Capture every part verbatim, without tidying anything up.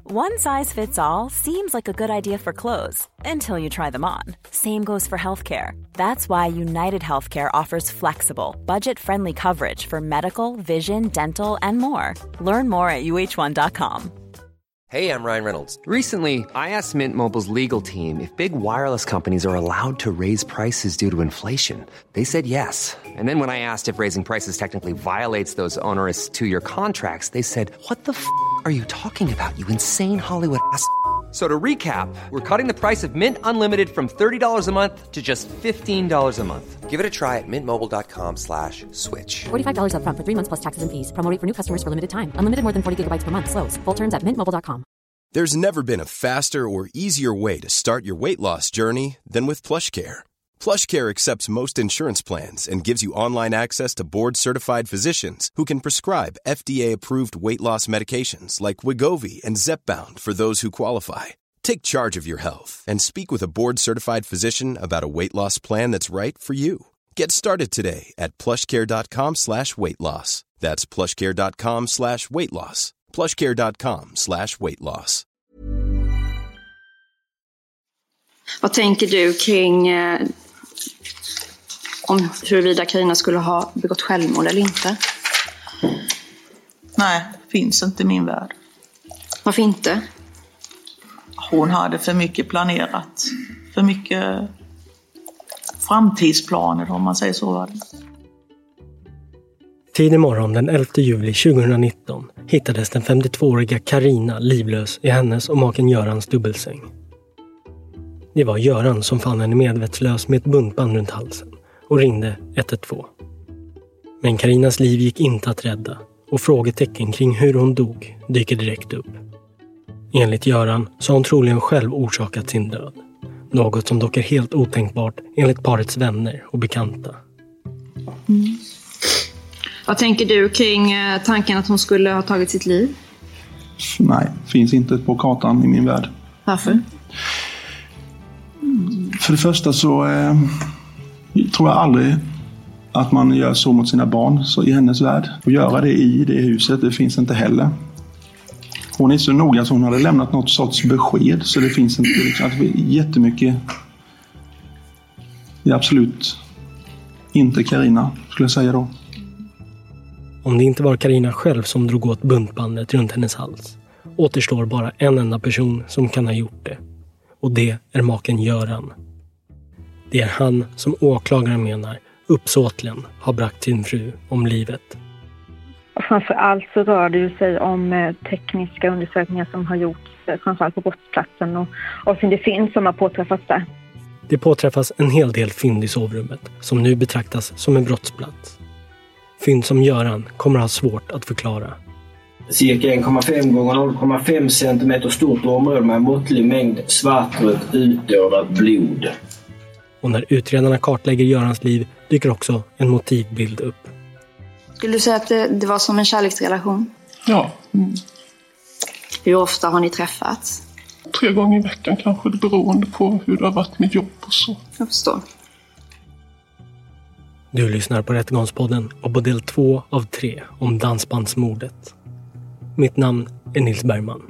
One size fits all seems like a good idea for clothes until you try them on. Same goes for healthcare. That's why United Healthcare offers flexible, budget-friendly coverage for medical, vision, dental, and more. Learn more at U H one dot com. Hey, I'm Ryan Reynolds. Recently, I asked Mint Mobile's legal team if big wireless companies are allowed to raise prices due to inflation. They said yes. And then when I asked if raising prices technically violates those onerous two-year contracts, they said, what the f*** are you talking about, you insane Hollywood ass f- So to recap, we're cutting the price of Mint Unlimited from thirty dollars a month to just fifteen dollars a month. Give it a try at mintmobile.com slash switch. forty-five dollars up front for three months plus taxes and fees. Promo rate for new customers for limited time. Unlimited more than forty gigabytes per month. Slows full terms at mint mobile dot com. There's never been a faster or easier way to start your weight loss journey than with PlushCare. PlushCare accepts most insurance plans and gives you online access to board-certified physicians who can prescribe F D A-approved weight loss medications like Wegovy and Zepbound for those who qualify. Take charge of your health and speak with a board-certified physician about a weight loss plan that's right for you. Get started today at plushcare.com slash weight loss. That's plushcare.com slash weight loss. plushcare.com slash weight loss. Vad tänker du kring eh, om huruvida Carina skulle ha begått självmord eller inte? Nej, finns inte i min värld. Varför inte? Hon hade för mycket planerat. För mycket framtidsplaner, om man säger så. Tidig morgon den elfte juli tjugohundranitton hittades den femtiotvååriga Carina livlös i hennes och maken Görans dubbelsäng. Det var Göran som fann henne medvetslös med ett buntband runt halsen och ringde ett ett två. Men Carinas liv gick inte att rädda och frågetecken kring hur hon dog dyker direkt upp. Enligt Göran så har hon troligen själv orsakat sin död. Något som dock är helt otänkbart enligt parets vänner och bekanta. Mm. Vad tänker du kring tanken att hon skulle ha tagit sitt liv? Nej, finns inte på kartan i min värld. Varför? För det första så eh, tror jag aldrig att man gör så mot sina barn så i hennes värld. Och göra det i det huset, det finns inte heller. Hon är så noga att hon hade lämnat något sorts besked så det finns inte liksom, att det är jättemycket. Det är absolut inte Carina, skulle jag säga då. Om det inte var Carina själv som drog åt buntbandet runt hennes hals återstår bara en enda person som kan ha gjort det. Och det är maken Göran. Det är han som åklagaren menar uppsåtligen har bragt sin fru om livet. Framförallt så rör det ju sig om tekniska undersökningar som har gjorts framförallt på brottsplatsen och, och det finns som har påträffats där. Det påträffas en hel del fynd i sovrummet som nu betraktas som en brottsplats. Fynd som Göran kommer ha svårt att förklara. Cirka en komma fem gånger noll komma fem centimeter stort område med en måttlig mängd svartrött utdödat blod. Och när utredarna kartlägger Görans liv dyker också en motivbild upp. Skulle du säga att det, det var som en kärleksrelation? Ja. Mm. Hur ofta har ni träffats? Tre gånger i veckan kanske, det beroende på hur det har varit med jobb och så. Jag förstår. Du lyssnar på Rättegångspodden och på del två av tre om dansbandsmordet. Mitt namn är Nils Bergman.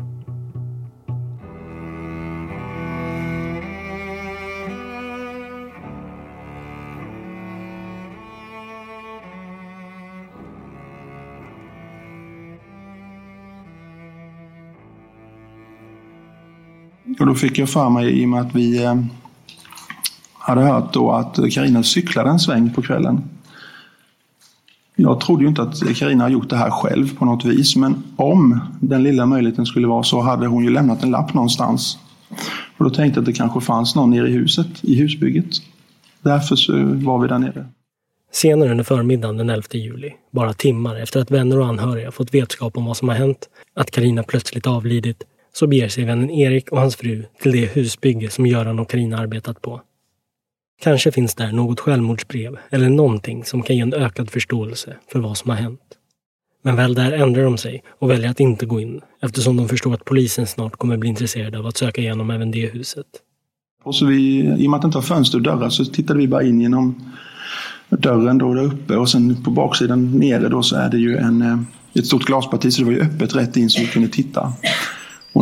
Och då fick jag för mig i och med att vi eh, hade hört då att Carina cyklade en sväng på kvällen. Jag trodde ju inte att Carina har gjort det här själv på något vis, men om den lilla möjligheten skulle vara så hade hon ju lämnat en lapp någonstans. Och då tänkte jag att det kanske fanns någon nere i huset, i husbygget. Därför så var vi där nere. Senare under förmiddagen den elfte juli, bara timmar efter att vänner och anhöriga fått vetskap om vad som har hänt, att Carina plötsligt avlidit, så beger sig vännen Erik och hans fru till det husbygge som Göran och Carina arbetat på. Kanske finns där något självmordsbrev eller någonting som kan ge en ökad förståelse för vad som har hänt. Men väl där ändrar de sig och väljer att inte gå in eftersom de förstår att polisen snart kommer bli intresserade av att söka igenom även det huset. Och så vi, i och med att det inte har fönster och dörrar så tittade vi bara in genom dörren då där uppe och sen på baksidan nere då så är det ju en, ett stort glasparti så det var ju öppet rätt in så vi kunde titta. Och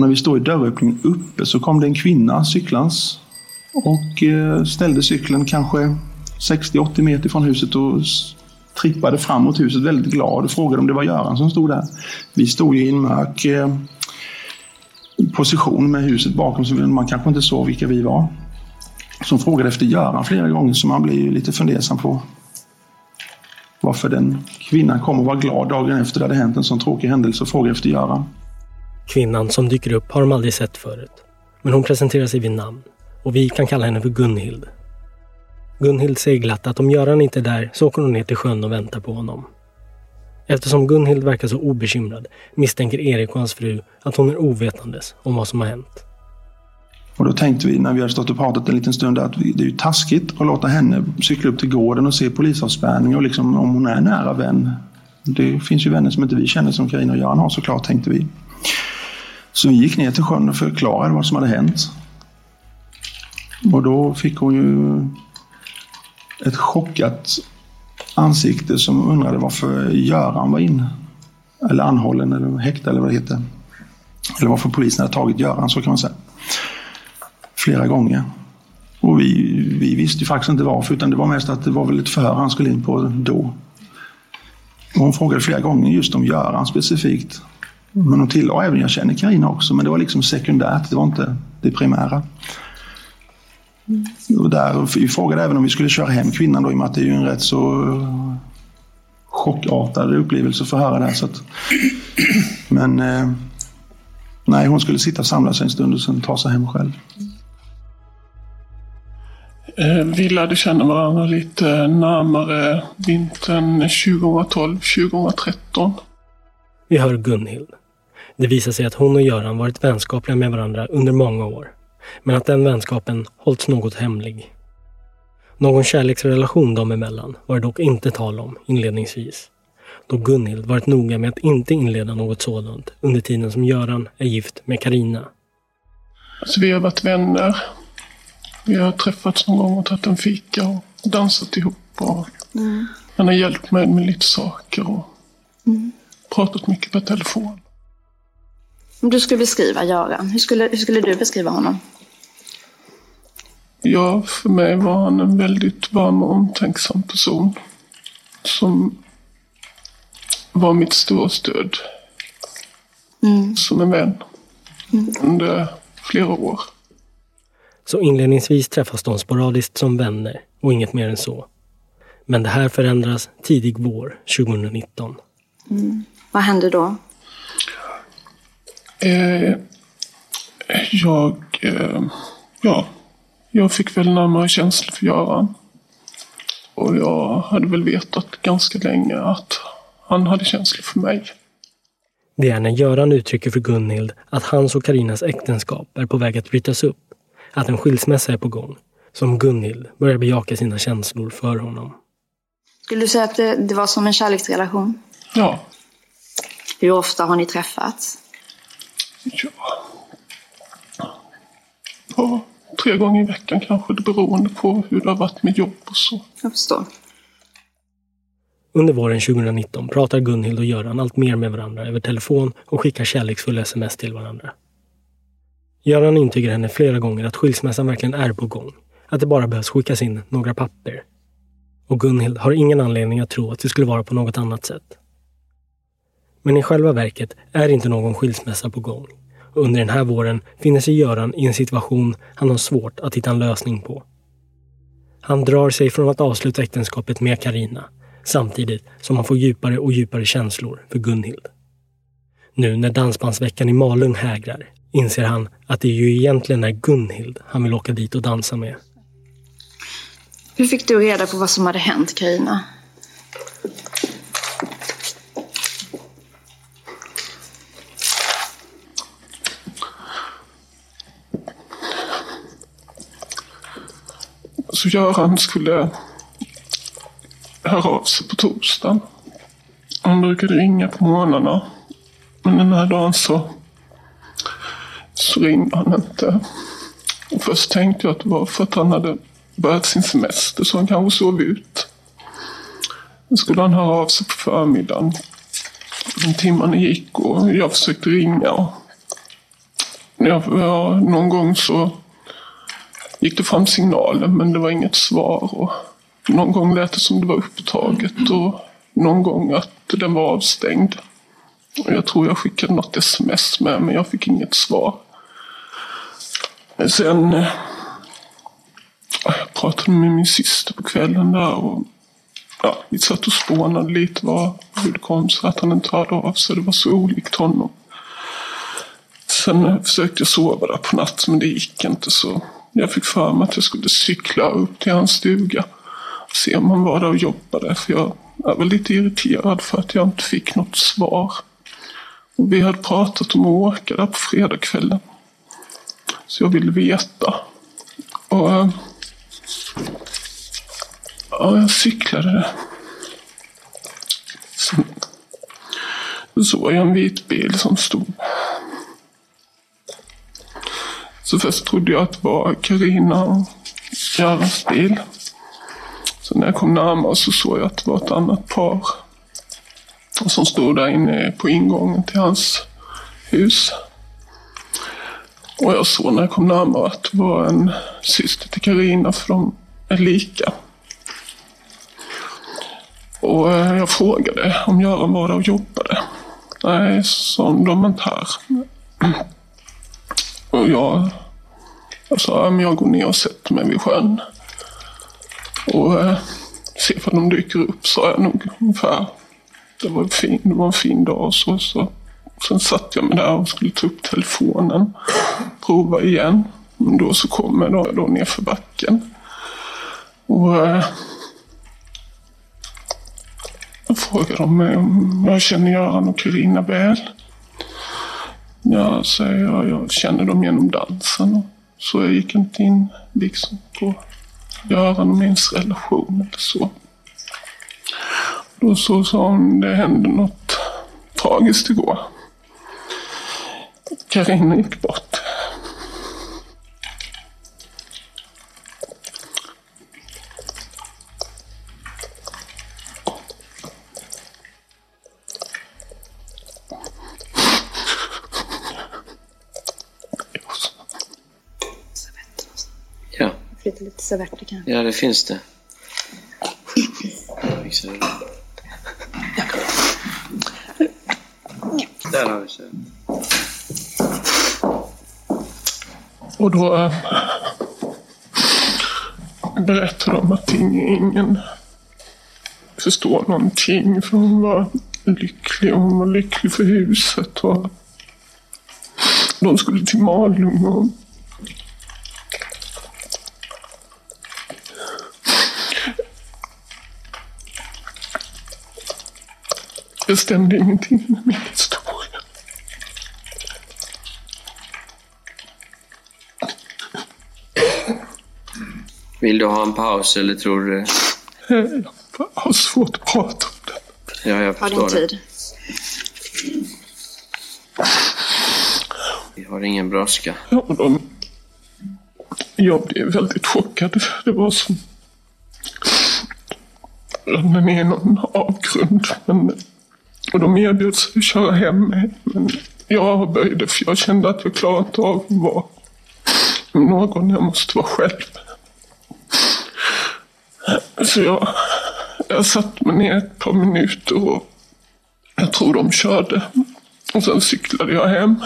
när vi stod i dörröppningen uppe så kom det en kvinna cyklans och eh, ställde cykeln kanske sextio till åttio meter från huset och trippade fram mot huset väldigt glad och frågade om det var Göran som stod där. Vi stod i en mörk eh, position med huset bakom så man kanske inte såg vilka vi var. Som frågade efter Göran flera gånger så man blev lite fundersam på varför den kvinnan kom och var glad dagen efter det hade hänt en sån tråkig händelse och frågade efter Göran. Kvinnan som dyker upp har de aldrig sett förut. Men hon presenterar sig vid namn och vi kan kalla henne för Gunhild. Gunhild säger glatt att om Göran inte är där så åker hon ner till sjön och väntar på honom. Eftersom Gunhild verkar så obekymrad misstänker Erik och hans fru att hon är ovetandes om vad som har hänt. Och då tänkte vi när vi hade stått och pratat en liten stund att det är ju taskigt att låta henne cykla upp till gården och se polisavspärrning och liksom om hon är nära vän. Det finns ju vänner som inte vi känner som Carina och Göran har såklart, tänkte vi. Så vi gick ner till sjön och förklarade vad som hade hänt. Och då fick hon ju ett chockat ansikte som undrade varför Göran var in. Eller anhållen eller häktad eller vad det heter. Eller varför polisen hade tagit Göran, så kan man säga. Flera gånger. Och vi, vi visste ju faktiskt inte varför, utan det var mest att det var väl ett förhör han skulle in på då. Och hon frågade flera gånger just om Göran specifikt. Men hon tillade även jag känner Carina också, men det var liksom sekundärt, det var inte det primära. Och där, vi frågade även om vi skulle köra hem kvinnan då, i och med att det är ju en rätt så chockartad upplevelse för att höra det här. Så att, men eh, nej, hon skulle sitta och samla sig en stund och sen ta sig hem själv. Vi lärde känna varandra lite närmare vintern tjugohundratolv tjugohundratretton. Vi hör Gunhild. Det visar sig att hon och Göran varit vänskapliga med varandra under många år. Men att den vänskapen hållits något hemlig. Någon kärleksrelation dem emellan var det dock inte tal om inledningsvis. Då Gunhild varit noga med att inte inleda något sådant under tiden som Göran är gift med Carina. Alltså vi har varit vänner. Vi har träffats någon gång och tagit en fika och dansat ihop. Och mm. Han har hjälpt mig med lite saker och mm. pratat mycket på telefon. Om du skulle beskriva Göran, hur skulle, hur skulle du beskriva honom? Ja, för mig var han en väldigt varm och omtänksam person. Som var mitt stora stöd. Mm. Som en vän. Mm. Under flera år. Så inledningsvis träffas de sporadiskt som vänner och inget mer än så. Men det här förändras tidig vår tjugohundranitton. Mm. Vad hände då? Eh, jag, eh, ja, jag fick väl närmare känslor för Göran. Och jag hade väl vetat ganska länge att han hade känslor för mig. Det är när Göran uttrycker för Gunhild att hans och Carinas äktenskap är på väg att brytas upp. Att en skilsmässa är på gång. Som Gunhild börjar bejaka sina känslor för honom. Skulle du säga att det, det var som en kärleksrelation? Ja. Hur ofta har ni träffats? Ja. ja. Tre gånger i veckan kanske, det beroende på hur det har varit med jobb och så. Jag förstår. Under våren tjugohundranitton pratar Gunhild och Göran allt mer med varandra över telefon och skickar kärleksfulla sms till varandra. Göran intygar henne flera gånger att skilsmässan verkligen är på gång. Att det bara behövs skickas in några papper. Och Gunhild har ingen anledning att tro att det skulle vara på något annat sätt. Men i själva verket är inte någon skilsmässa på gång. Och under den här våren finner sig Göran i en situation han har svårt att hitta en lösning på. Han drar sig från att avsluta äktenskapet med Carina, samtidigt som han får djupare och djupare känslor för Gunhild. Nu när dansbandsveckan i Malung hägrar inser han att det ju egentligen är Gunhild han vill åka dit och dansa med. Hur fick du reda på vad som hade hänt, Carina? Så Göran skulle höra av sig på torsdagen. Han brukade ringa på morgnarna. Men den här dagen så, så ringde han inte. Och först tänkte jag att det var för att han hade börjat sin semester så han kanske sov ut. Då skulle han höra av sig på förmiddagen. En timmarna gick och jag försökte ringa. Och Ja, ja, någon gång så gick det fram signaler men det var inget svar. Och någon gång lät det som det var upptaget och någon gång att den var avstängd. Och jag tror jag skickade något sms med men jag fick inget svar. Sen eh, jag pratade med min syster på kvällen där och ja, vi satt och spånade lite vad, hur det kom så att han inte hörde av sig. Det var så olikt honom. Sen eh, försökte jag sova där på natt men det gick inte så jag fick för mig att jag skulle cykla upp till hans stuga och se om han var där och jobbade för jag, jag var lite irriterad för att jag inte fick något svar. Och vi hade pratat om att åka där på fredagskvällen. Så jag ville veta. Och äh, ja, jag cyklade där. Sen såg jag en vit bil som stod. Så först trodde jag att det var Carina och Görans bil. Så när jag kom närmare så såg jag att det var ett annat par. Som stod där inne på ingången till hans hus. Och jag såg när jag kom närmare att det var en syster till Carina för de är lika. Och jag frågade om Göran var där och jobbade. Nej, så de är inte här. Och jag, jag sa att jag går ner och sätter mig vid sjön. Och eh, se för de dyker upp, sa jag nog ungefär. Det var, fin, det var en fin dag och så, så. Sen satt jag mig där och skulle ta upp telefonen. Prova igen. Men då så kommer jag då ner för backen. Och eh, jag frågade dem om jag känner Göran och Carina väl. Ja, säger jag, jag känner dem genom dansen. Och så jag gick inte in liksom på Göran och min relation eller så. Då så sa hon, det hände något tragiskt igår. Carina gick bort. Ja. Lite, lite servetter kanske. Ja, det finns det. Där har vi så. Och då äh, berättade de att ingen förstår någonting. För hon var lycklig. Hon var lycklig för huset. Och de skulle till Malung och det stämde ingenting med min historia. Vill du ha en paus eller tror du? Jag har svårt att prata om det. Ja, jag förstår. Har din tid? Vi har ingen brådska. Ja, de, jag blev väldigt chockad. Det var som ramla ner i någon avgrund. Men, och de erbjöd sig att köra hem mig. Men jag böjde för jag kände att jag klarade inte av att vara någon. Jag måste vara själv. Så jag, jag satt mig ner ett par minuter och jag tror de körde. Och sen cyklade jag hem.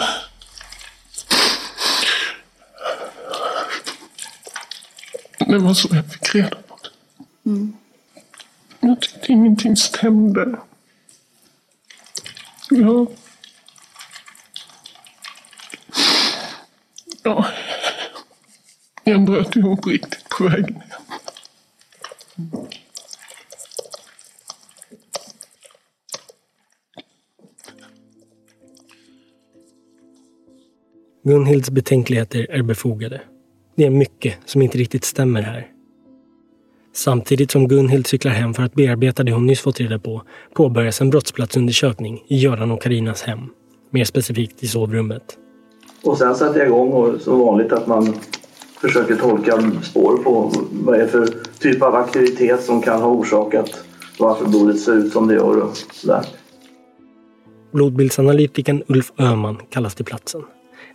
Det var så jag fick reda på det. Mm. Jag tyckte ingenting stämde. Ja. Ja. Jag bröt ihop riktigt på vägen ner. Gunhilds betänkligheter är befogade. Det är mycket som inte riktigt stämmer här. Samtidigt som Gunhild cyklar hem för att bearbeta det hon nyss fått reda på påbörjas en brottsplatsundersökning i Göran och Carinas hem. Mer specifikt i sovrummet. Och sen sätter jag igång och som vanligt att man försöker tolka spår på vad det är för typ av aktivitet som kan ha orsakat varför blodet ser ut som det gör och sådär. Blodbildsanalytikern Ulf Öhman kallas till platsen.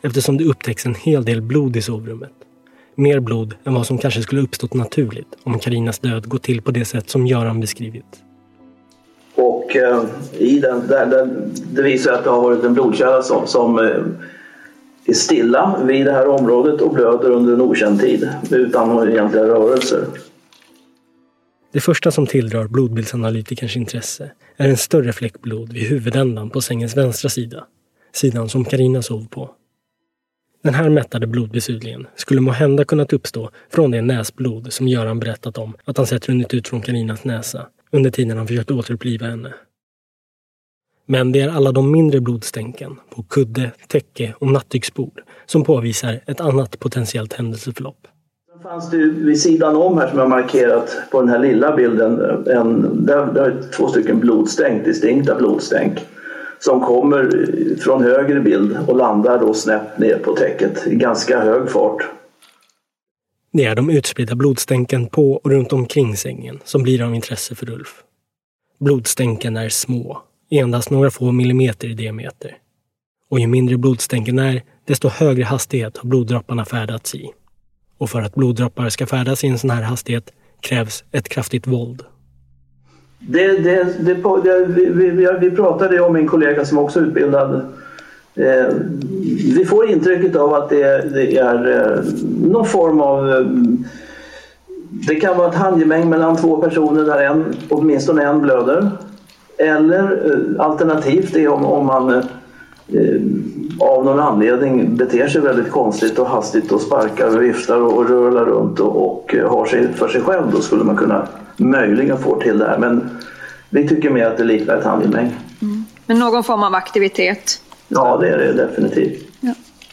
eftersom det upptäcks en hel del blod i sovrummet. Mer blod än vad som kanske skulle uppstått naturligt om Karinas död går till på det sätt som Göran beskrivit. Och eh, i den, där, där, det visar att det har varit en blodkärla som, som eh, är stilla vid det här området och blöder under en okänd tid utan några egentliga rörelser. Det första som tilldrar blodbildsanalytikerns intresse är en större fläck blod vid huvudändan på sängens vänstra sida, sidan som Karina sov på. Den här mättade blodbesudlingen skulle måhända kunnat uppstå från det näsblod som Göran berättat om att han sett runnit ut från Karinas näsa under tiden han försökte återuppliva henne. Men det är alla de mindre blodstänken på kudde, täcke och nattduksbord som påvisar ett annat potentiellt händelseförlopp. Sen fanns det ju vid sidan om här som jag markerat på den här lilla bilden, en, där, där är två stycken blodstänk, distinkta blodstänk som kommer från högre bild och landar då snett ner på täcket i ganska hög fart. Det är de utspridda blodstänken på och runt omkring sängen som blir av intresse för Ulf. Blodstänken är små, endast några få millimeter i diameter. Och ju mindre blodstänken är, desto högre hastighet har bloddropparna färdats i. Och för att bloddroppar ska färdas i en sån här hastighet krävs ett kraftigt våld. Det, det, det, det, vi, vi, vi pratade om en kollega som också är utbildad. Eh, vi får intrycket av att det, det är eh, någon form av... Eh, det kan vara ett handgemäng mellan två personer där en, åtminstone en blöder. Eller eh, alternativt är om, om man eh, av någon anledning beter sig väldigt konstigt och hastigt och sparkar och viftar och, och rörlar runt och, och har sig för sig själv. Då skulle man kunna möjligen få till det här. Men vi tycker mer att det liknar ett handgemäng. Mm. Men någon form av aktivitet? Ja, det är det definitivt. Ja.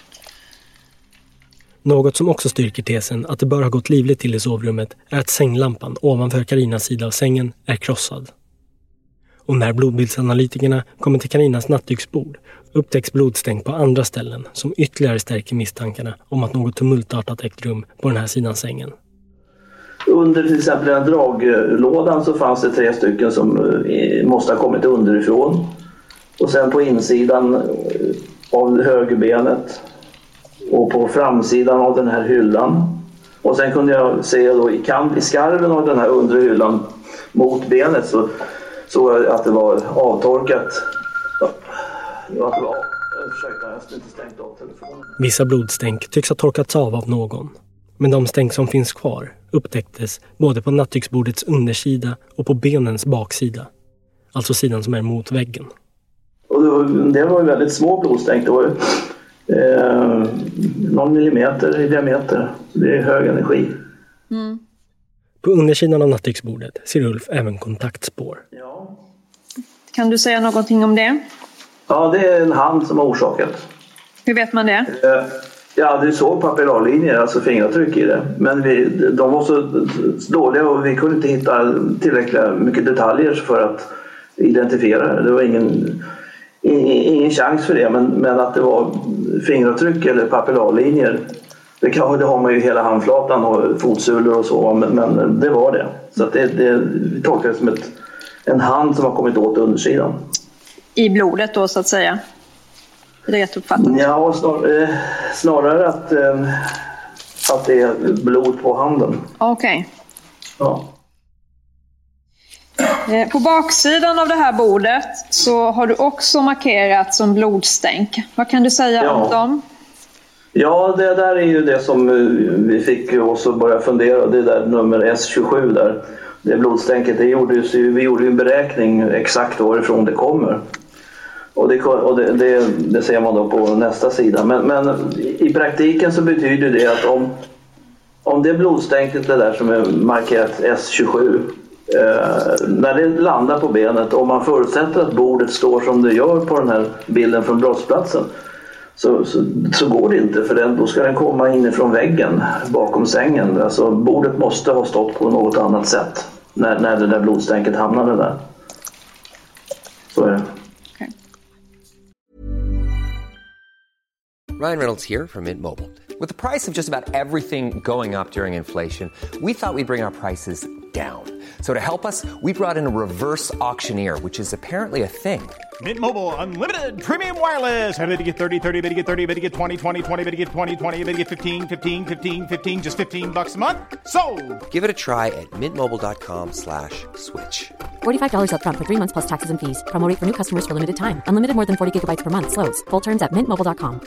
Något som också styrker tesen att det bör ha gått livligt till i sovrummet är att sänglampan ovanför Karinas sida av sängen är krossad. Och när blodbildsanalytikerna kommer till Karinas nattduksbord upptäcks blodstänk på andra ställen som ytterligare stärker misstankarna om att något tumultartat ägt rum på den här sidan sängen. Under till exempel den draglådan så fanns det tre stycken som måste ha kommit underifrån. Och sen på insidan av högerbenet och på framsidan av den här hyllan. Och sen kunde jag se då i kant, i skarven av den här undre hyllan mot benet så så att det var avtorkat. Att det var, ursäkta, jag har inte stängt av telefonen. Vissa blodstänk tycks ha torkats av av någon. Men de stänk som finns kvar upptäcktes både på nattduksbordets undersida och på benens baksida. Alltså sidan som är mot väggen. Och det var ju väldigt små blodstänk. Det var eh, någon millimeter i diameter. Det är hög energi. Mm. På undersidan av nattduksbordet ser Ulf även kontaktspår. Ja. Kan du säga någonting om det? Ja, det är en hand som har orsakat. Hur vet man det? Eh, ja, du såg papillarlinjer, alltså fingeravtryck i det. Men vi, de var så dåliga och vi kunde inte hitta tillräckligt mycket detaljer för att identifiera det. Det var ingen, ingen, ingen chans för det, men, men att det var fingeravtryck eller papillarlinjer, det, kan, det har man ju hela handflatan och fotsulor och så, men, men det var det. Så att det, det, vi tolkar det som ett, en hand som har kommit åt undersidan. I blodet då, så att säga? Är det rätt uppfattat? Ja, snar, eh, snarare att, eh, att det är blod på handen. Okej. Okay. Ja. Eh, på baksidan av det här bordet så har du också markerat som blodstänk. Vad kan du säga ja. om dem? Ja, det där är ju det som vi fick oss att börja fundera. Det där nummer S tjugosju där. Det blodstänket, det gjorde ju, vi gjorde ju en beräkning exakt varifrån det kommer. Och, det, och det, det, det ser man då på nästa sida. Men, men i praktiken så betyder det att om, om det blodstänket det där som är markerat S tjugosju, eh, när det landar på benet, och man förutsätter att bordet står som det gör på den här bilden från brottsplatsen, så, så, så går det inte, för den, då ska den komma inifrån väggen bakom sängen. Alltså bordet måste ha stått på något annat sätt när, när det där blodstänket hamnade där. Så är det. Ryan Reynolds here from Mint Mobile. With the price of just about everything going up during inflation, we thought we'd bring our prices down. So to help us, we brought in a reverse auctioneer, which is apparently a thing. Mint Mobile Unlimited Premium Wireless. How to get thirty, thirty, how to get thirty, how to get twenty, twenty, twenty, how to get twenty, twenty, how to get fifteen, fifteen, fifteen, fifteen, just fifteen bucks a month? Sold! Give it a try at mintmobile.com slash switch. forty-five dollars up front for three months plus taxes and fees. Promo rate for new customers for limited time. Unlimited more than forty gigabytes per month. Slows full terms at mint mobile dot com.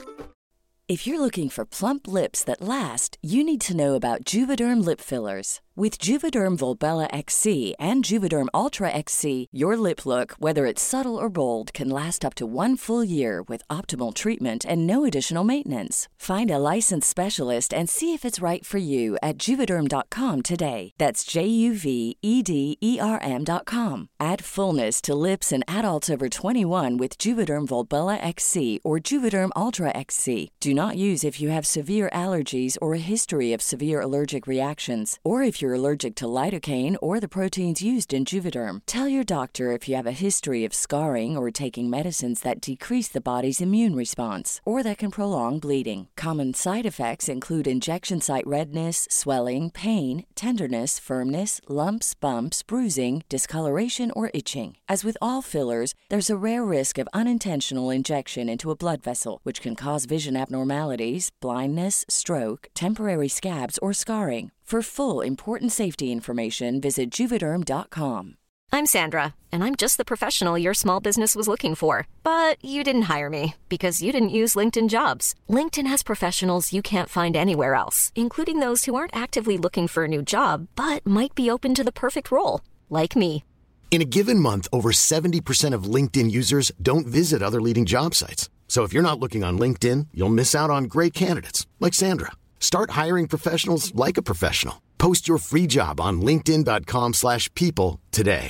If you're looking for plump lips that last, you need to know about Juvederm lip fillers. With Juvederm Volbella X C and Juvederm Ultra X C, your lip look, whether it's subtle or bold, can last up to one full year with optimal treatment and no additional maintenance. Find a licensed specialist and see if it's right for you at juvederm dot com today. That's J U V E D E R M dot com. Add fullness to lips in adults over twenty-one with Juvederm Volbella X C or Juvederm Ultra X C. Do not use if you have severe allergies or a history of severe allergic reactions, or if you're allergic to lidocaine or the proteins used in Juvederm. Tell your doctor if you have a history of scarring or taking medicines that decrease the body's immune response or that can prolong bleeding. Common side effects include injection site redness, swelling, pain, tenderness, firmness, lumps, bumps, bruising, discoloration, or itching. As with all fillers, there's a rare risk of unintentional injection into a blood vessel, which can cause vision abnormalities, blindness, stroke, temporary scabs, or scarring. For full, important safety information, visit juvederm dot com. I'm Sandra, and I'm just the professional your small business was looking for. But you didn't hire me because you didn't use LinkedIn Jobs. LinkedIn has professionals you can't find anywhere else, including those who aren't actively looking for a new job, but might be open to the perfect role, like me. In a given month, over seventy percent of LinkedIn users don't visit other leading job sites. So if you're not looking on LinkedIn, you'll miss out on great candidates, like Sandra. Start hiring professionals like a professional. Post your free job on linkedin dot com slash people today.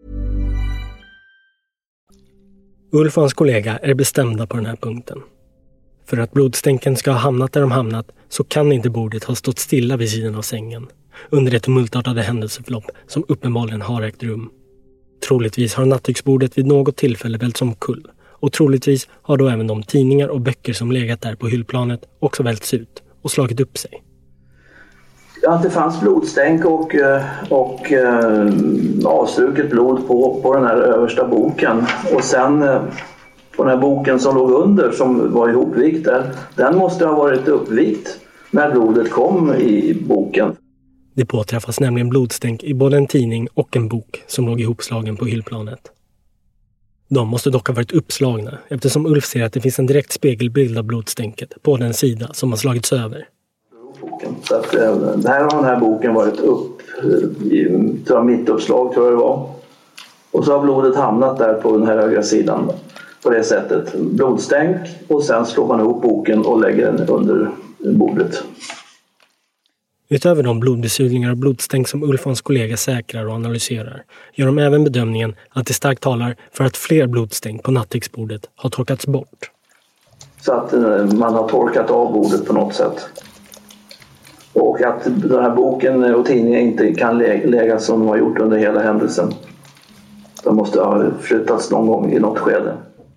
Ulf och hans kollega är bestämda på den här punkten. För att blodstänken ska ha hamnat där de hamnat så kan inte bordet ha stått stilla vid sidan av sängen under det tumultartade händelseförlopp som uppenbarligen har ägt rum. Troligtvis har nattduksbordet vid något tillfälle välts omkull, och troligtvis har då även de tidningar och böcker som legat där på hyllplanet också välts ut och slagit upp sig. Att det fanns blodstänk och, och äh, avstruket blod på, på den här översta boken. Och sen äh, på den här boken som låg under, som var ihopvikt där, den måste ha varit uppvikt när blodet kom i boken. Det påträffas nämligen blodstänk i både en tidning och en bok som låg ihopslagen på hyllplanet. De måste dock ha varit uppslagna eftersom Ulf ser att det finns en direkt spegelbild av blodstänket på den sida som har slagits över. Så att, här har den här boken varit upp i mittuppslag, tror jag det var. Och så har blodet hamnat där på den här högra sidan på det sättet. Blodstänk, och sen slår man ihop boken och lägger den under bordet. Utöver de blodbesudlingar och blodstänk som Ulf och hans kollega säkrar och analyserar gör de även bedömningen att det starkt talar för att fler blodstänk på nattduksbordet har torkats bort. Så att man har torkat av bordet på något sätt. Och att den här boken och tidningen inte kan lägga som de har gjort under hela händelsen. De måste ha flyttats någon gång i något skede.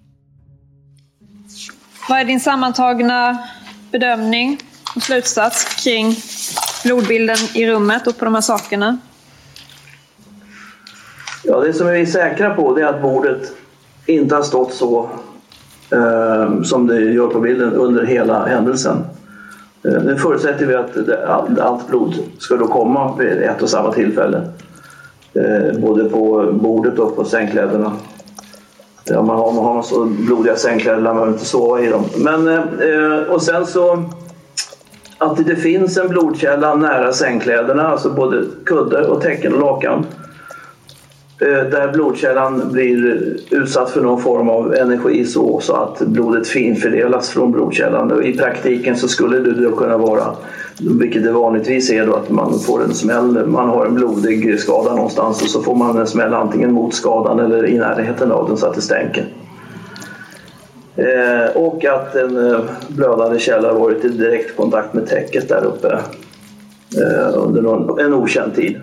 Vad är din sammantagna bedömning och slutsats kring blodbilden i rummet och på de här sakerna? Ja, det som vi är säkra på, det är att bordet inte har stått så eh, som det gör på bilden under hela händelsen. Eh, nu förutsätter vi att det, all, allt blod ska då komma vid ett och samma tillfälle. Eh, både på bordet och på sängkläderna. Ja, man har, man har så blodiga sängkläder lär man inte sova i dem. Men, eh, och sen så att det finns en blodkälla nära sängkläderna, alltså både kudde och täcken och lakan, där blodkällan blir utsatt för någon form av energi så, så att blodet finfördelas från blodkällan. Och i praktiken så skulle det då kunna vara, vilket det vanligtvis är, då, att man får en smäll, man har en blodig skada någonstans och så får man en smäll antingen mot skadan eller i närheten av den så att det stänker. Eh, och att en eh, blödande källa har varit i direkt kontakt med täcket där uppe eh, under någon, en okänd tid.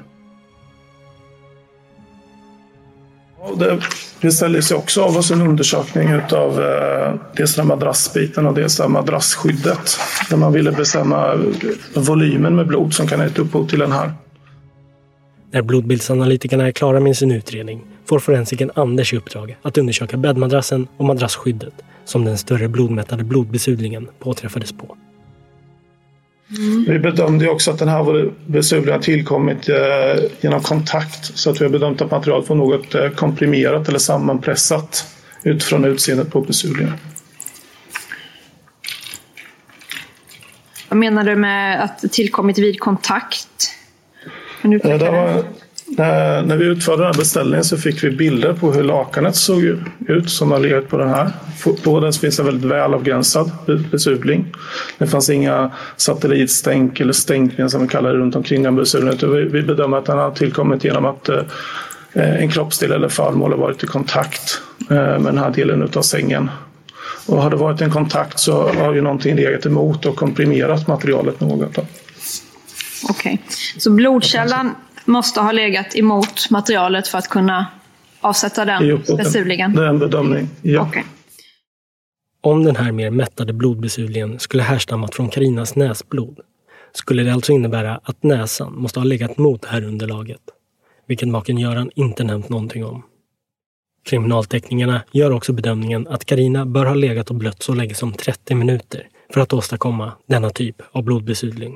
Det, det ställer sig också av oss en undersökning av eh, dels den madrassbiten och dels det madrassskyddet, där man ville bestämma volymen med blod som kan äta upphov till den här. När blodbildsanalytikerna är klara med sin utredning får forensiken Anders i uppdrag att undersöka bäddmadrassen och madrassskyddet som den större blodmättade blodbesudlingen påträffades på. Mm. Vi bedömde också att den här besudlingen tillkommit eh, genom kontakt, så att vi har bedömt att materialet var något eh, komprimerat eller sammanpressat utifrån utseendet på besudlingen. Vad menar du med att det tillkommit vid kontakt? Eh, det var, när, när vi utförde den här beställningen så fick vi bilder på hur lakanet såg ut som har legat på den här. På den finns en väldigt väl avgränsad besudling. Det fanns inga satellitstänk eller stänkben som vi kallar det runt omkring den besudlingen. Vi, vi bedömer att den har tillkommit genom att eh, en kroppsdel eller föremål har varit i kontakt eh, med den här delen av sängen. Och har det varit en kontakt så har ju någonting legat emot och komprimerat materialet något. Okej, okay. Så blodkällan måste ha legat emot materialet för att kunna avsätta den besudlingen? Det är en bedömning, ja. Okay. Om den här mer mättade blodbesudlingen skulle härstammat från Karinas näsblod skulle det alltså innebära att näsan måste ha legat mot det här underlaget, vilket maken Göran inte nämnt någonting om. Kriminalteknikerna gör också bedömningen att Karina bör ha legat och blött så länge som trettio minuter för att åstadkomma denna typ av blodbesudling.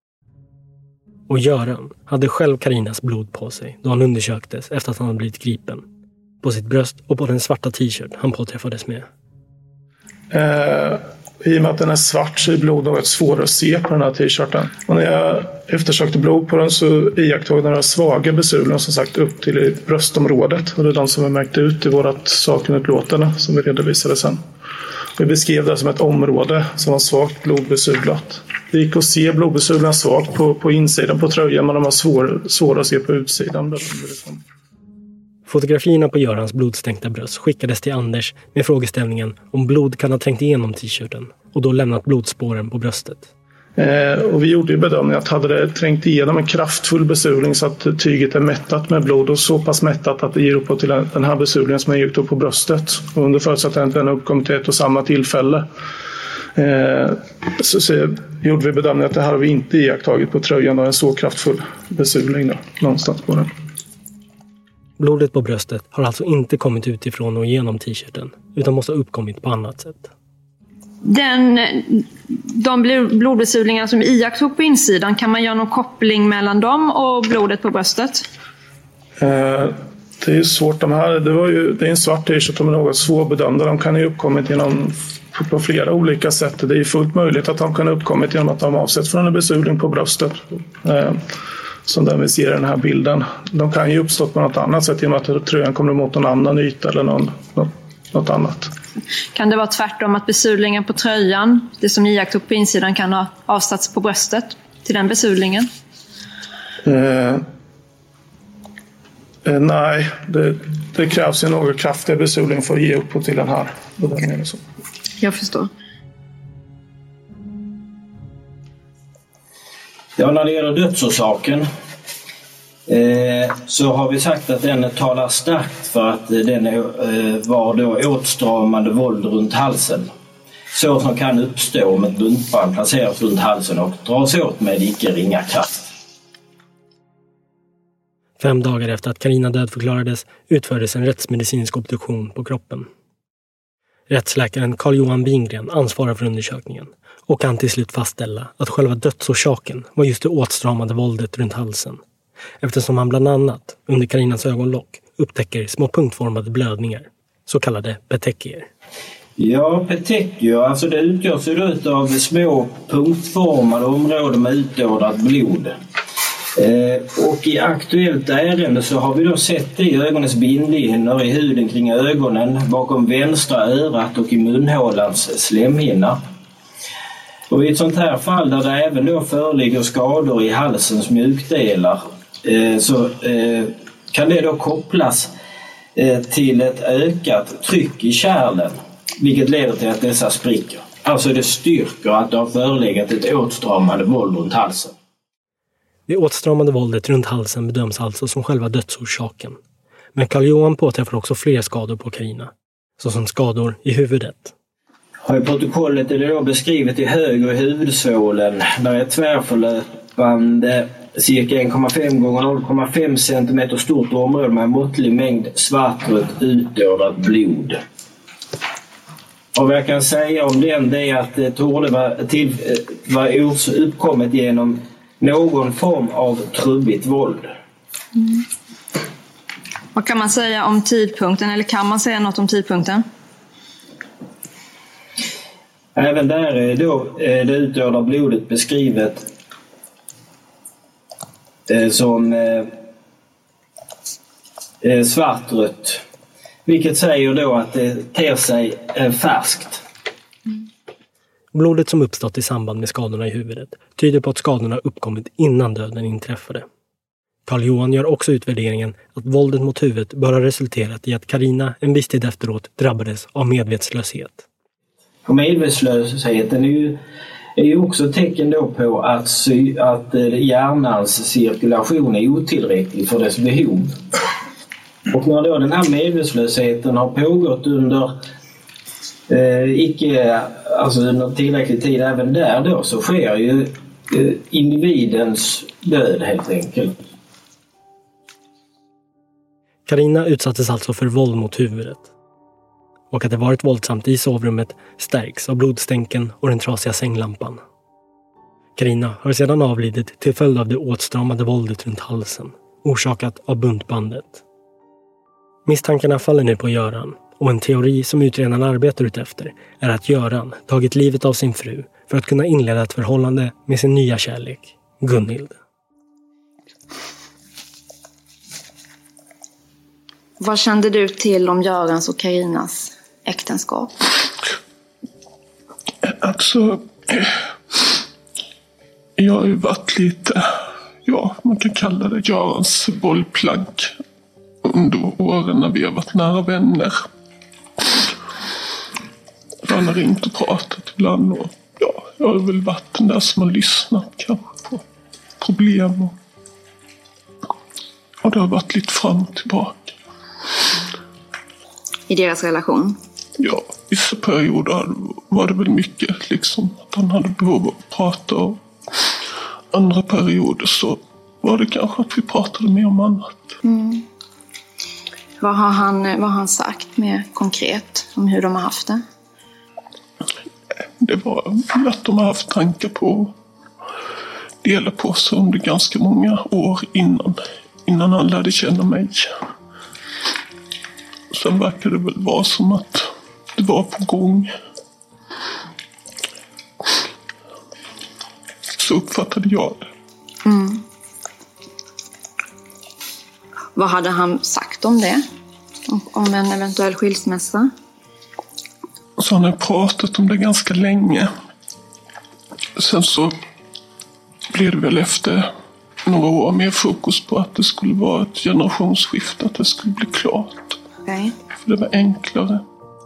Och Göran hade själv Karinas blod på sig då han undersöktes efter att han hade blivit gripen. På sitt bröst och på den svarta t-shirt han påträffades med. Eh, I och med att den är svart så är blod något svårare att se på den här t-shirten. Och när jag eftersökte blod på den så iakttog den här svaga besudlingen som sagt upp till bröstområdet. Och det är de som är märkt ut i vårt sakunutlåtande som vi redovisade sen. Vi beskrev det som ett område som var svagt blodbesudlat. Det gick att se blodbesudlingen svagt på, på insidan på tröjan, men de var svår, svåra att se på utsidan. Fotografierna på Görans blodstänkta bröst skickades till Anders med frågeställningen om blod kan ha trängt igenom t-shirten och då lämnat blodspåren på bröstet. Eh, och vi gjorde ju bedömningen att hade det trängt igenom en kraftfull besudling så att tyget är mättat med blod och så pass mättat att det ger upp till den här besudlingen som är gjort upp på bröstet. Och under förutsättning att den uppkom till ett och samma tillfälle eh, så, så gjorde vi bedömningen att det här har vi inte iakttagit på tröjan och en så kraftfull besudling då, någonstans på den. Blodet på bröstet har alltså inte kommit utifrån och genom t-shirten utan måste ha uppkommit på annat sätt. Den, de blodbesudlingar som iakttog på insidan, kan man göra någon koppling mellan dem och blodet på bröstet? Eh, det är svårt. De här, det, var ju, det är en svart t-shirt som är något svårbedömda. De kan ju uppkommit genom, på, på flera olika sätt. Det är fullt möjligt att de kan uppkommit genom att de avsätts från en besudling på bröstet. Eh, som den vi ser i den här bilden. De kan ju uppstå på något annat sätt genom att tröjan kommer mot någon annan yta eller någon, något, något annat. Kan det vara tvärtom att besudlingen på tröjan, det som iakttog på insidan, kan ha avsatts på bröstet till den besudlingen? Eh, eh, nej, det, det krävs ju någon kraftig besudling för att ge upp till den här. Jag förstår. Ja, när det gäller dödsorsaken eh, så har vi sagt att den talar starkt för att den eh, var då åtstramande våld runt halsen. Så som kan uppstå om ett buntband placeras runt halsen och dras åt med icke ringa kraft. Fem dagar efter att Karina dödförklarades utfördes en rättsmedicinsk obduktion på kroppen. Rättsläkaren Carl-Johan Wingren ansvarar för undersökningen och kan till slut fastställa att själva dödsorsaken var just det åtstramade våldet runt halsen. Eftersom han bland annat under Karinas ögonlock upptäcker små punktformade blödningar, så kallade petekier. Ja, petekier, alltså det utgörs ju av små punktformade områden med utådat blod. Eh, och i aktuellt ärende så har vi då sett det i ögonens bindhinnor, i huden kring ögonen, bakom vänstra örat och i munhålans slemhinna. Och i ett sånt här fall där det även då föreligger skador i halsens mjukdelar eh, så eh, kan det då kopplas eh, till ett ökat tryck i kärlen, vilket leder till att dessa spricker. Alltså det styrker att det har förelegat ett åtstramande våld runt halsen. Det åtstramande våldet runt halsen bedöms alltså som själva dödsorsaken. Men Carl-Johan påträffar också fler skador på Karina, såsom skador i huvudet. I protokollet är det då beskrivet i höger huvudsvålen där ett tvärförlöpande cirka en komma fem gånger noll komma fem centimeter stort område med en måttlig mängd svartrött utdödat blod. Och vad jag kan säga om den det är att det torde vara, till, vara uppkommet genom någon form av trubbigt våld. Mm. Vad kan man säga om tidpunkten, eller kan man säga något om tidpunkten? Även där är då det utdöda blodet beskrivet som svartrött. Vilket säger då att det ter sig färskt. Blodet som uppstått i samband med skadorna i huvudet tyder på att skadorna uppkommit innan döden inträffade. Carl Johan gör också utvärderingen att våldet mot huvudet bör ha resulterat i att Carina en viss tid efteråt drabbades av medvetslöshet. Och medvetslösheten är ju, är ju också tecken då på att, sy, att hjärnans cirkulation är otillräcklig för dess behov. Och när då den här medvetslösheten har pågått under eh, icke, alltså under tillräcklig tid även där då, så sker ju eh, individens död helt enkelt. Carina utsattes alltså för våld mot huvudet. Och att det varit våldsamt i sovrummet stärks av blodstänken och den trasiga sänglampan. Carina har sedan avlidit till följd av det åtstramade våldet runt halsen, orsakat av buntbandet. Misstankarna faller nu på Göran, och en teori som utredarna arbetar utefter är att Göran tagit livet av sin fru för att kunna inleda ett förhållande med sin nya kärlek, Gunhild. Vad kände du till om Görans och Carinas äktenskap? Alltså, jag har ju varit lite, ja, man kan kalla det Görans bollplank under åren när vi har varit nära vänner. Han har ringt och pratat ibland och ja, jag har väl varit den där som har lyssnat kanske på problem och, och det har varit lite fram och tillbaka. I deras relation? Ja, vissa perioder var det väl mycket liksom att han hade behov av att prata och andra perioder så var det kanske att vi pratade mer om annat. Mm. Vad har han, vad har han sagt mer konkret om hur de har haft det? Det var att de har haft tankar på att dela på sig under ganska många år innan, innan han lärde känna mig. Sen verkar det väl vara som att det var på gång. Så uppfattade jag det. Mm. Vad hade han sagt om det? Om, om en eventuell skilsmässa? Så han har pratat om det ganska länge. Sen så blev det väl efter några år mer fokus på att det skulle vara ett generationsskifte. Att det skulle bli klart. Okay. För det var enklare.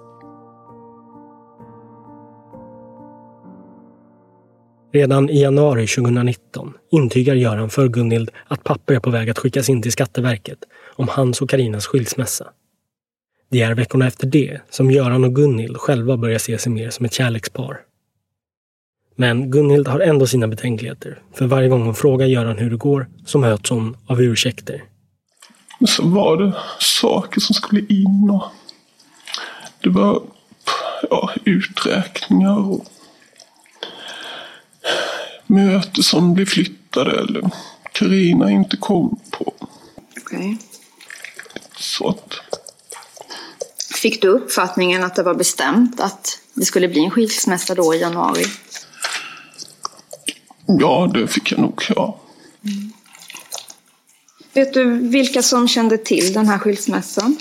Redan i januari tjugonitton intygar Göran för Gunhild att papper är på väg att skickas in till Skatteverket om hans och Carinas skilsmässa. Det är veckorna efter det som Göran och Gunhild själva börjar se sig mer som ett kärlekspar. Men Gunhild har ändå sina betänkligheter, för varje gång hon frågar Göran hur det går så möts hon av ursäkter. Men så var det saker som skulle in och det var ja, uträkningar och möten som blev flyttade eller Carina inte kom på. Okej. Okay. Så att... Fick du uppfattningen att det var bestämt att det skulle bli en skilsmässa då i januari? Ja, det fick jag nog, ja. Mm. Vet du vilka som kände till den här skilsmässan?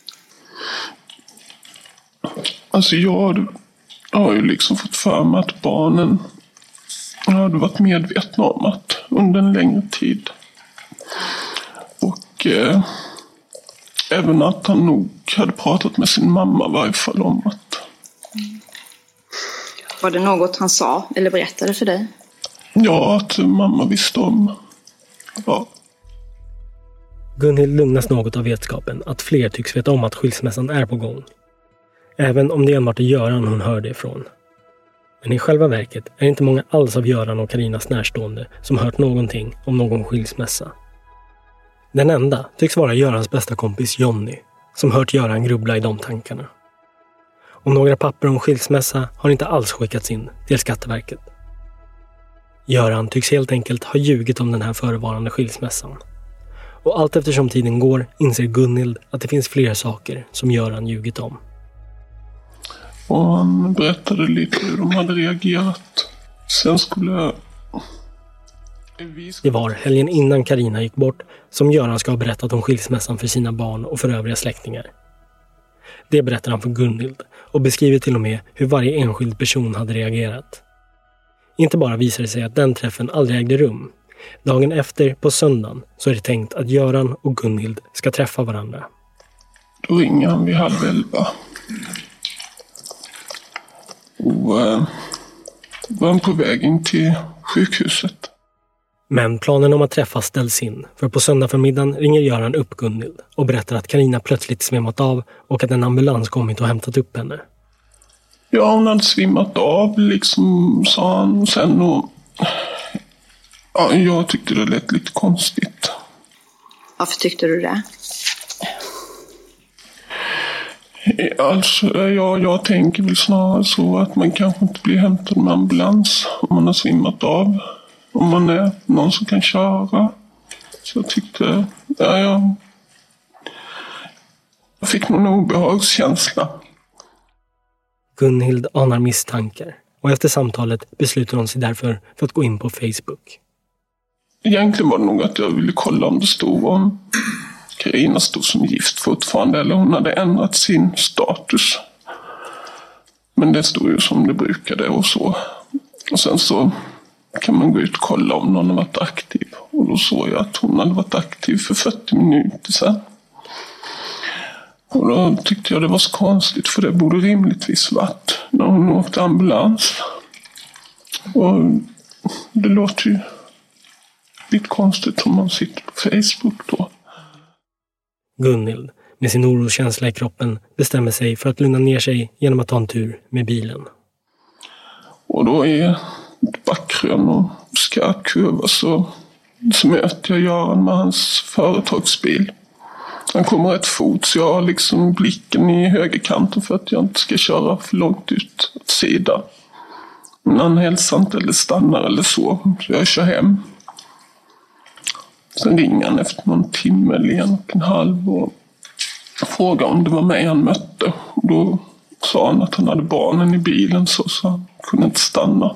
Alltså jag har ju liksom fått för mig att barnen hade varit medvetna om att under en längre tid. Och eh, även att han nog hade pratat med sin mamma i varje fall om att... Mm. Var det något han sa eller berättade för dig? Ja, att mamma visste om. Ja. Gunhild lugnas något av vetskapen att fler tycks veta om att skilsmässan är på gång. Även om det enbart är Göran hon hör det ifrån. Men i själva verket är det inte många alls av Göran och Karinas närstående som hört någonting om någon skilsmässa. Den enda tycks vara Görans bästa kompis Jonny, som hört Göran grubbla i de tankarna. Och några papper om skilsmässa har inte alls skickats in till Skatteverket. Göran tycks helt enkelt ha ljugit om den här förevarande skilsmässan. Och allt eftersom tiden går inser Gunhild att det finns fler saker som Göran ljugit om. Och han berättade lite hur de hade reagerat. Sen skulle jag... Det var helgen innan Karina gick bort som Göran ska ha berättat om skilsmässan för sina barn och för övriga släktingar. Det berättar han för Gunhild och beskriver till och med hur varje enskild person hade reagerat. Inte bara visar det sig att den träffen aldrig ägde rum. Dagen efter, på söndagen, så är det tänkt att Göran och Gunhild ska träffa varandra. Då ringer han vid halv elva. Och eh, var han på väg in till sjukhuset. Men planen om att träffas ställs in, för på söndag förmiddagen ringer Göran upp Gunhild och berättar att Karina plötsligt svimmat av och att en ambulans kommit och hämtat upp henne. Ja, hon hade svimmat av liksom, sa han sen, och ja, jag tyckte det lät lite konstigt. Varför tyckte du det? Alltså, ja, jag tänker väl snarare så att man kanske inte blir hämtad med ambulans om man har svimmat av. Om man är någon som kan köra. Så jag tyckte, ja, jag, jag fick någon obehagskänsla. Gunhild anar misstankar och efter samtalet beslutar hon sig därför för att gå in på Facebook. Egentligen var det nog att jag ville kolla om det stod om Karina stod som gift fortfarande eller hon hade ändrat sin status. Men det stod ju som det brukade och så. Och sen så kan man gå ut och kolla om någon har varit aktiv. Och då såg jag att hon hade varit aktiv för fyrtio minuter sedan. Och då tyckte jag det var så konstigt, för det borde rimligtvis varit när hon åkte ambulans. Och det låter ju lite konstigt om man sitter på Facebook då. Gunhild, med sin oroskänsla i kroppen, bestämmer sig för att lugna ner sig genom att ta en tur med bilen. Och då är ett backkrön och skarp kurva så, så möter jag Göran med hans företagsbil. Han kommer rätt fort så jag har liksom blicken i högerkanten för att jag inte ska köra för långt ut åt sidan. Men han hälsar inte eller stannar eller så, så jag kör hem. Sen ringer han efter någon timme eller en och en halv och frågade om det var mig han mötte. Och då sa han att han hade barnen i bilen så, så han kunde inte stanna.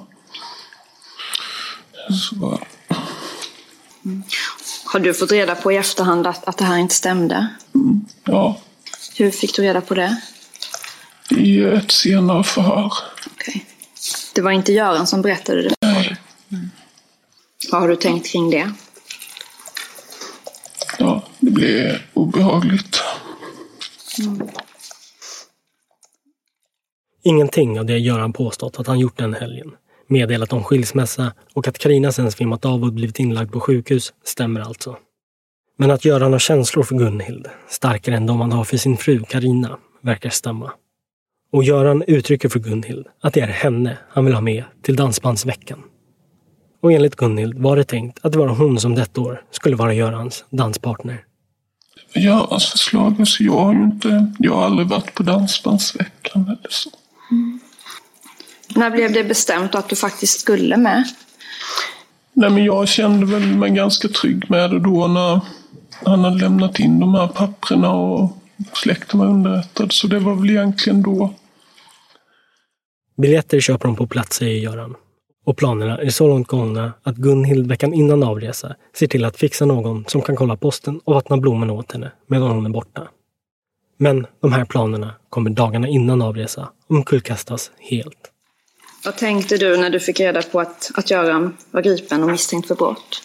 Så. Mm. Har du fått reda på i efterhand att, att det här inte stämde? Mm, ja. Hur fick du reda på det? I ett senare förhör. Okej. Det var inte Göran som berättade det? Nej. Mm. Vad har du tänkt kring det? Ja, det blev obehagligt. Mm. Ingenting av det Göran påstått att han gjort den helgen, meddelat om skilsmässa och att Karina sen svimmat av och blivit inlagd på sjukhus stämmer alltså. Men att Göran har känslor för Gunhild, starkare än de han har för sin fru Karina, verkar stämma. Och Göran uttrycker för Gunhild att det är henne han vill ha med till dansbandsveckan. Och enligt Gunhild var det tänkt att det var hon som detta år skulle vara Görans danspartner. Görans förslag, alltså jag har ju inte, jag har aldrig varit på dansbandsveckan eller så. Mm. När blev det bestämt att du faktiskt skulle med? Nej, men jag kände väl mig ganska trygg med det då när han hade lämnat in de här papperna och släkten var underrättad, så det var väl egentligen då. Biljetter köper de på plats, säger Göran. Och planerna är så långt gångna att Gunhild veckan innan avresa ser till att fixa någon som kan kolla posten och vattna blommorna åt henne medan hon är borta. Men de här planerna kommer dagarna innan avresa omkullkastas helt. Vad tänkte du när du fick reda på att, att Göran var gripen och misstänkt för brott?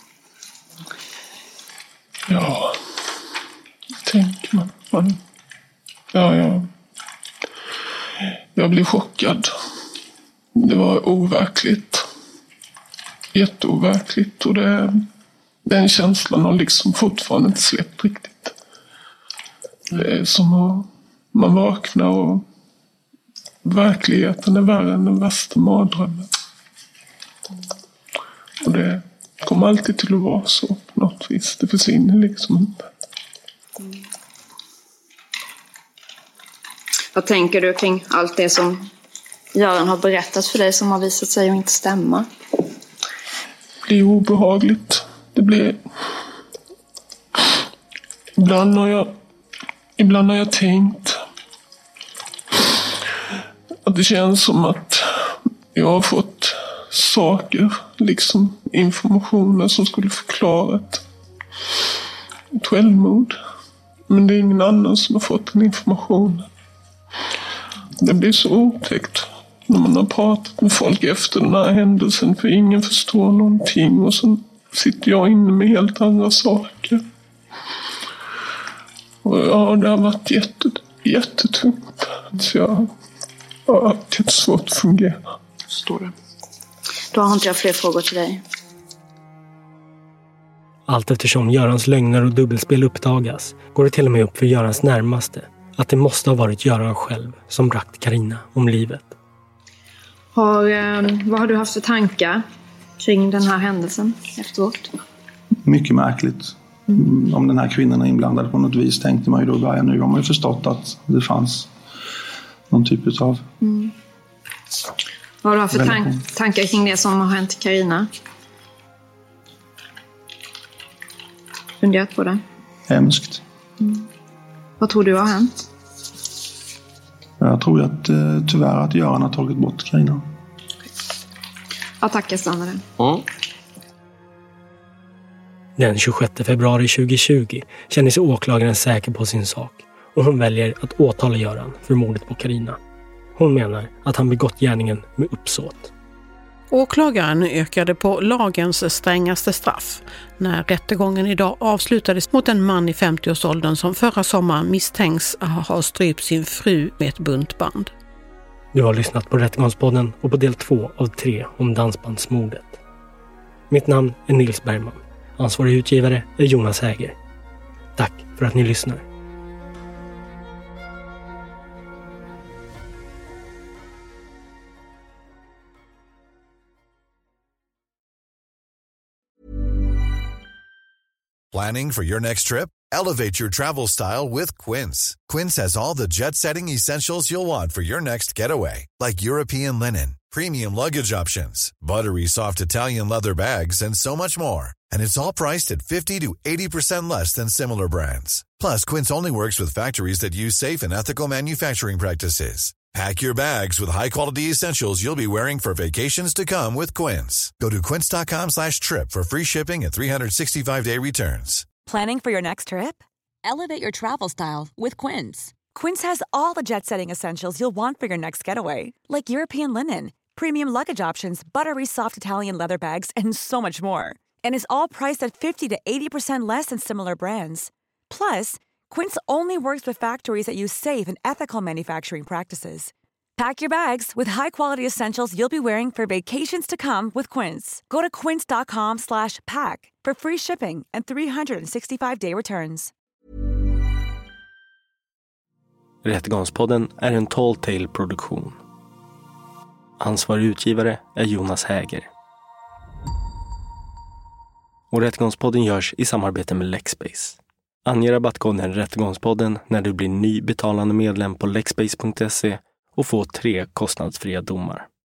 Ja, tänker man. man ja, ja. Jag blev chockad. Det var overkligt. Jätteoverkligt. Och det, den känslan har liksom fortfarande inte släppt riktigt. Det är som att man vaknar och verkligheten är värre än den värsta mardrömmen. Och det kommer alltid till att vara så på något vis. Det försvinner liksom inte. Mm. Vad tänker du kring allt det som Göran har berättat för dig som har visat sig att inte stämma? Det är obehagligt. Det blir... Ibland har jag... Ibland har jag tänkt att det känns som att jag har fått saker, liksom informationer som skulle förklara ett, ett självmord. Men det är ingen annan som har fått den informationen. Det blir så otäckt när man har pratat med folk efter den här händelsen, för ingen förstår någonting och så sitter jag inne med helt andra saker. Och ja, det har varit jätte, jättetungt. Så jag har haft jättesvårt att fungera. Förstår du? Då har inte jag fler frågor till dig. Allt eftersom Görans lögner och dubbelspel uppdagas går det till och med upp för Görans närmaste att det måste ha varit Göran själv som bragt Carina om livet. Har, eh, vad har du haft för tankar kring den här händelsen efteråt? Mycket märkligt. Mm. Om den här kvinnan är inblandad på något vis, tänkte man ju då i början. Nu har man ju förstått att det fanns någon typ av... Mm. Vad har du haft för tank- tankar kring det som har hänt Carina? Funderat på det? Hemskt. Mm. Vad tror du har hänt? Jag tror att eh, tyvärr att Göran har tagit bort Carina. Ja, tack, jag stannar där. Mm. Den tjugosjätte februari tjugohundratjugo känner sig åklagaren säker på sin sak och hon väljer att åtala Göran för mordet på Carina. Hon menar att han begått gärningen med uppsåt. Åklagaren yrkade på lagens strängaste straff när rättegången idag avslutades mot en man i femtioårsåldern som förra sommaren misstänks ha strypt sin fru med ett buntband. Du har lyssnat på Rättegångspodden och på del två av tre om dansbandsmordet. Mitt namn är Nils Bergman. Ansvarig utgivare är Jonas Häger. Tack för att ni lyssnar. Planning for your next trip? Elevate your travel style with Quince. Quince has all the jet-setting essentials you'll want for your next getaway, like European linen, premium luggage options, buttery soft Italian leather bags, and so much more. And it's all priced at fifty to eighty percent less than similar brands. Plus, Quince only works with factories that use safe and ethical manufacturing practices. Pack your bags with high-quality essentials you'll be wearing for vacations to come with Quince. Go to quince.com slash trip for free shipping and three sixty-five day returns. Planning for your next trip? Elevate your travel style with Quince. Quince has all the jet-setting essentials you'll want for your next getaway, like European linen, premium luggage options, buttery soft Italian leather bags, and so much more. And is all priced at fifty to eighty percent less than similar brands. Plus, Quince only works with factories that use safe and ethical manufacturing practices. Pack your bags with high-quality essentials you'll be wearing for vacations to come with Quince. Go to quince.com slash pack for free shipping and three sixty-five day returns. Rättegångspodden är en Tall Tale-produktion. Ansvarig utgivare är Jonas Häger. Och Rättegångspodden görs i samarbete med Lexbase. Ange rabattkoden Rättegångspodden när du blir ny betalande medlem på lexbase punkt se och få tre kostnadsfria domar.